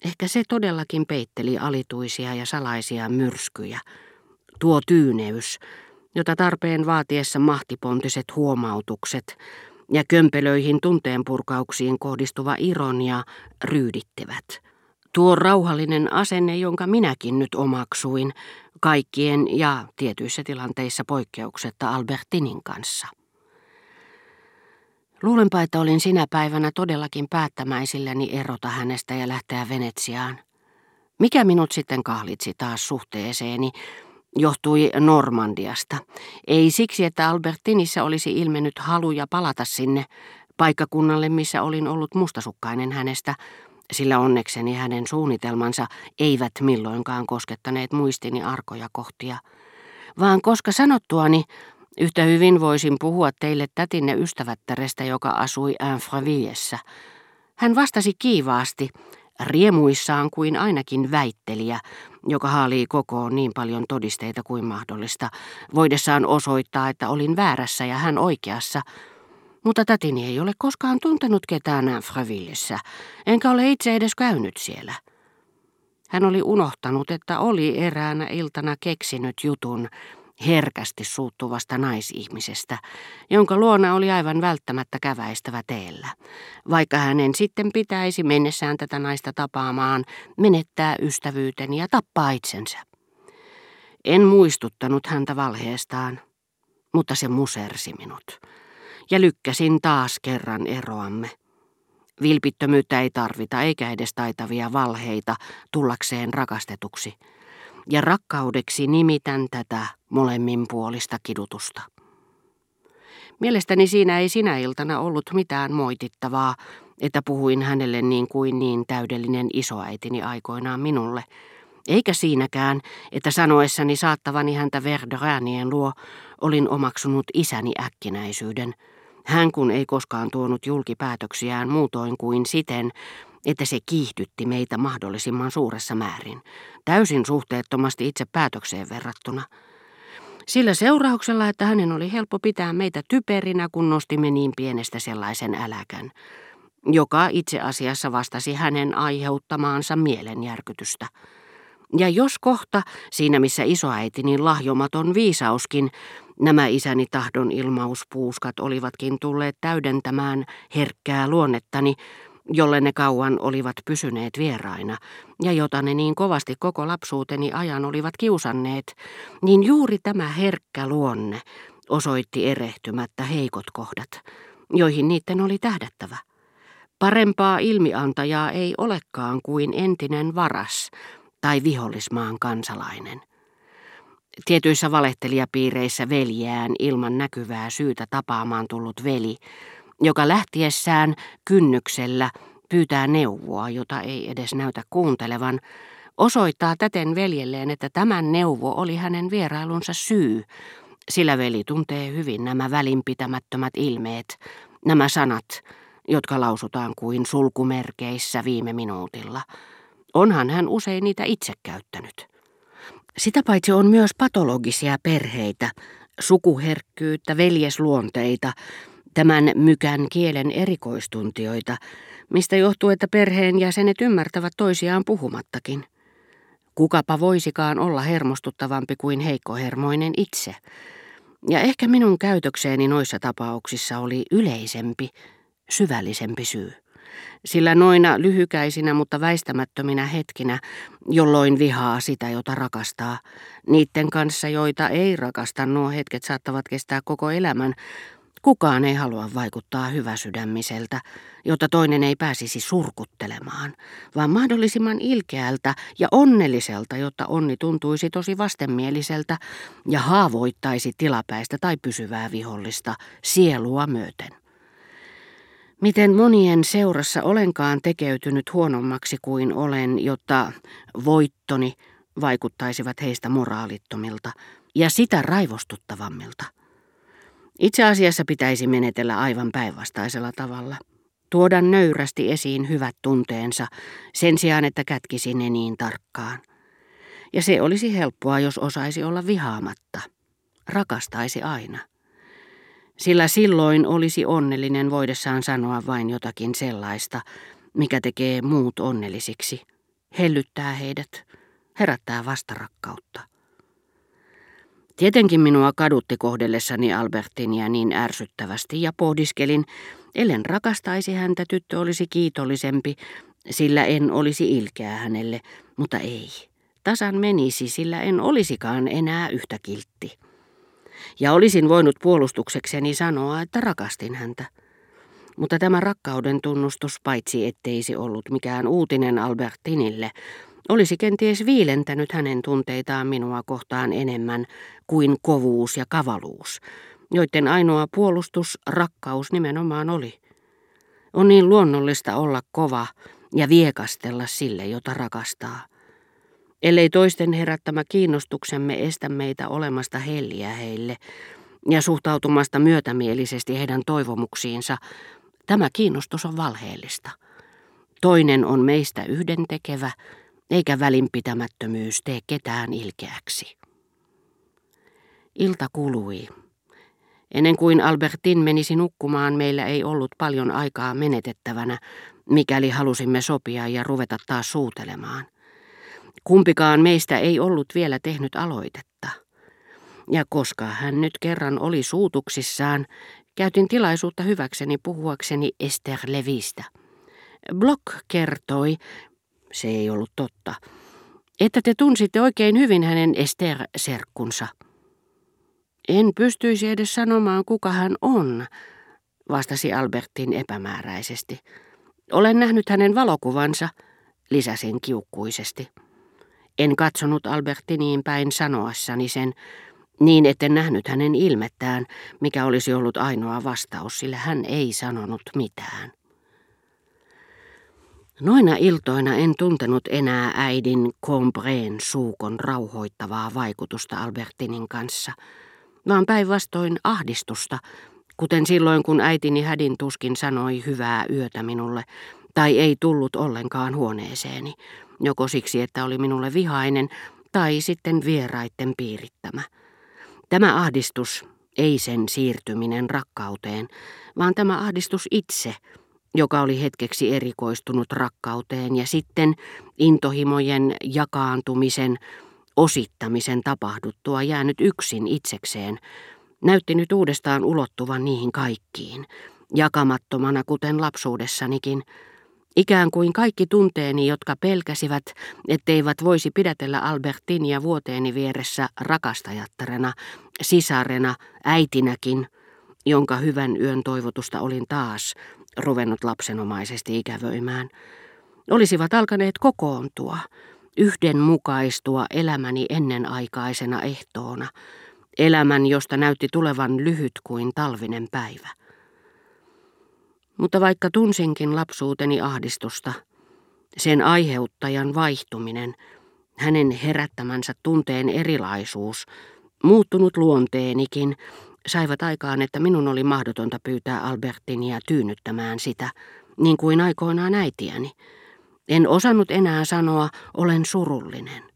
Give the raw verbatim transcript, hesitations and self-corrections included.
Ehkä se todellakin peitteli alituisia ja salaisia myrskyjä. Tuo tyyneys, jota tarpeen vaatiessa mahtipontiset huomautukset ja kömpelöihin tunteenpurkauksiin kohdistuva ironia ryydittävät. Tuo rauhallinen asenne, jonka minäkin nyt omaksuin, kaikkien ja tietyissä tilanteissa poikkeuksetta Albertinin kanssa. Luulenpa, että olin sinä päivänä todellakin päättämäisilläni erota hänestä ja lähteä Venetsiaan. Mikä minut sitten kahlitsi taas suhteeseeni, johtui Normandiasta. Ei siksi, että Albertinissa olisi ilmennyt haluja palata sinne paikkakunnalle, missä olin ollut mustasukkainen hänestä, sillä onnekseni hänen suunnitelmansa eivät milloinkaan koskettaneet muistini arkoja kohtia, vaan koska sanottuani yhtä hyvin voisin puhua teille tätinne ystävättärestä, joka asui Infravillessä. Hän vastasi kiivaasti, riemuissaan kuin ainakin väittelijä, joka haalii kokoon niin paljon todisteita kuin mahdollista, voidessaan osoittaa, että olin väärässä ja hän oikeassa. Mutta tätini ei ole koskaan tuntenut ketään Infravillessä, enkä ole itse edes käynyt siellä. Hän oli unohtanut, että oli eräänä iltana keksinyt jutun herkästi suuttuvasta naisihmisestä, jonka luona oli aivan välttämättä käväistävä teellä, vaikka hänen sitten pitäisi mennessään tätä naista tapaamaan menettää ystävyyteni ja tappaa itsensä. En muistuttanut häntä valheestaan, mutta se musersi minut, ja lykkäsin taas kerran eroamme. Vilpittömyyttä ei tarvita eikä edes taitavia valheita tullakseen rakastetuksi. Ja rakkaudeksi nimitän tätä molemminpuolista kidutusta. Mielestäni siinä ei sinä iltana ollut mitään moitittavaa, että puhuin hänelle niin kuin niin täydellinen isoäitini aikoinaan minulle, eikä siinäkään, että sanoessani saattavani häntä Verderanien luo olin omaksunut isäni äkkinäisyyden. Hän kun ei koskaan tuonut julkipäätöksiään muutoin kuin siten, että se kiihdytti meitä mahdollisimman suuressa määrin, täysin suhteettomasti itse päätökseen verrattuna. Sillä seurauksella, että hänen oli helppo pitää meitä typerinä, kun nostimme niin pienestä sellaisen äläkän, joka itse asiassa vastasi hänen aiheuttamaansa mielenjärkytystä. Ja jos kohta, siinä missä isoäitini lahjomaton viisauskin, nämä isäni tahdon ilmauspuuskat olivatkin tulleet täydentämään herkkää luonnettani, jolle ne kauan olivat pysyneet vieraina, ja jota ne niin kovasti koko lapsuuteni ajan olivat kiusanneet, niin juuri tämä herkkä luonne osoitti erehtymättä heikot kohdat, joihin niiden oli tähdättävä. Parempaa ilmiantajaa ei olekaan kuin entinen varas tai vihollismaan kansalainen. Tietyissä valehtelijapiireissä veljään ilman näkyvää syytä tapaamaan tullut veli, joka lähtiessään kynnyksellä pyytää neuvoa, jota ei edes näytä kuuntelevan, osoittaa täten veljelleen, että tämän neuvo oli hänen vierailunsa syy, sillä veli tuntee hyvin nämä välinpitämättömät ilmeet, nämä sanat, jotka lausutaan kuin sulkumerkeissä viime minuutilla. Onhan hän usein niitä itse käyttänyt. Sitä paitsi on myös patologisia perheitä, sukuherkkyyttä, veljesluonteita, tämän mykän kielen erikoistuntijoita, mistä johtuu, että perheen jäsenet ymmärtävät toisiaan puhumattakin. Kukapa voisikaan olla hermostuttavampi kuin heikkohermoinen itse. Ja ehkä minun käytökseeni noissa tapauksissa oli yleisempi, syvällisempi syy. Sillä noina lyhykäisinä, mutta väistämättöminä hetkinä, jolloin vihaa sitä, jota rakastaa, niiden kanssa, joita ei rakasta, nuo hetket saattavat kestää koko elämän. Kukaan ei halua vaikuttaa hyväsydämiseltä, jotta toinen ei pääsisi surkuttelemaan, vaan mahdollisimman ilkeältä ja onnelliselta, jotta onni tuntuisi tosi vastenmieliseltä ja haavoittaisi tilapäistä tai pysyvää vihollista sielua myöten. Miten monien seurassa olenkaan tekeytynyt huonommaksi kuin olen, jotta voittoni vaikuttaisivat heistä moraalittomilta ja sitä raivostuttavammilta. Itse asiassa pitäisi menetellä aivan päinvastaisella tavalla. Tuoda nöyrästi esiin hyvät tunteensa sen sijaan, että kätkisi ne niin tarkkaan. Ja se olisi helppoa, jos osaisi olla vihaamatta. Rakastaisi aina. Sillä silloin olisi onnellinen voidessaan sanoa vain jotakin sellaista, mikä tekee muut onnellisiksi. hellyttää heidät, herättää vastarakkautta. Tietenkin minua kadutti kohdellessani Albertinia niin ärsyttävästi ja pohdiskelin, ellen rakastaisi häntä, tyttö olisi kiitollisempi, sillä en olisi ilkeä hänelle, mutta ei. Tasan menisi, sillä en olisikaan enää yhtä kiltti. Ja olisin voinut puolustuksekseni sanoa, että rakastin häntä. Mutta tämä rakkauden tunnustus, paitsi etteisi ollut mikään uutinen Albertinille, olisi kenties viilentänyt hänen tunteitaan minua kohtaan enemmän kuin kovuus ja kavaluus, joiden ainoa puolustus rakkaus nimenomaan oli. On niin luonnollista olla kova ja viekastella sille, jota rakastaa. Ellei toisten herättämä kiinnostuksemme estä meitä olemasta helliä heille ja suhtautumasta myötämielisesti heidän toivomuksiinsa, tämä kiinnostus on valheellista. Toinen on meistä yhdentekevä, eikä välinpitämättömyys tee ketään ilkeäksi. Ilta kului. Ennen kuin Albertin menisi nukkumaan, meillä ei ollut paljon aikaa menetettävänä, mikäli halusimme sopia ja ruveta taas suutelemaan. Kumpikaan meistä ei ollut vielä tehnyt aloitetta. Ja koska hän nyt kerran oli suutuksissaan, käytin tilaisuutta hyväkseni puhuakseni Esther Levistä. Block kertoi, se ei ollut totta, että te tunsitte oikein hyvin hänen Esther-serkkunsa. En pystyisi edes sanomaan, kuka hän on, vastasi Albertin epämääräisesti. Olen nähnyt hänen valokuvansa, lisäsin kiukkuisesti. En katsonut Albertiniin päin sanoessani sen, niin etten nähnyt hänen ilmettään, mikä olisi ollut ainoa vastaus, sillä hän ei sanonut mitään. Noina iltoina en tuntenut enää äidin Combreen suukon rauhoittavaa vaikutusta Albertinin kanssa, vaan päinvastoin ahdistusta, kuten silloin kun äitini hädin tuskin sanoi hyvää yötä minulle, tai ei tullut ollenkaan huoneeseeni, joko siksi, että oli minulle vihainen, tai sitten vieraitten piirittämä. Tämä ahdistus, ei sen siirtyminen rakkauteen, vaan tämä ahdistus itse, joka oli hetkeksi erikoistunut rakkauteen ja sitten intohimojen jakaantumisen, osittamisen tapahduttua jäänyt yksin itsekseen, näytti nyt uudestaan ulottuvan niihin kaikkiin, jakamattomana kuten lapsuudessanikin, ikään kuin kaikki tunteeni, jotka pelkäsivät, etteivät voisi pidätellä Albertinia vuoteeni vieressä rakastajattarena, sisarena, äitinäkin, jonka hyvän yön toivotusta olin taas ruvennut lapsenomaisesti ikävöimään, olisivat alkaneet kokoontua, yhdenmukaistua elämäni ennenaikaisena ehtoona, elämän, josta näytti tulevan lyhyt kuin talvinen päivä. Mutta vaikka tunsinkin lapsuuteni ahdistusta, sen aiheuttajan vaihtuminen, hänen herättämänsä tunteen erilaisuus, muuttunut luonteenikin, saivat aikaan, että minun oli mahdotonta pyytää Albertinia tyynnyttämään sitä, niin kuin aikoinaan äitiäni. En osannut enää sanoa, olen surullinen.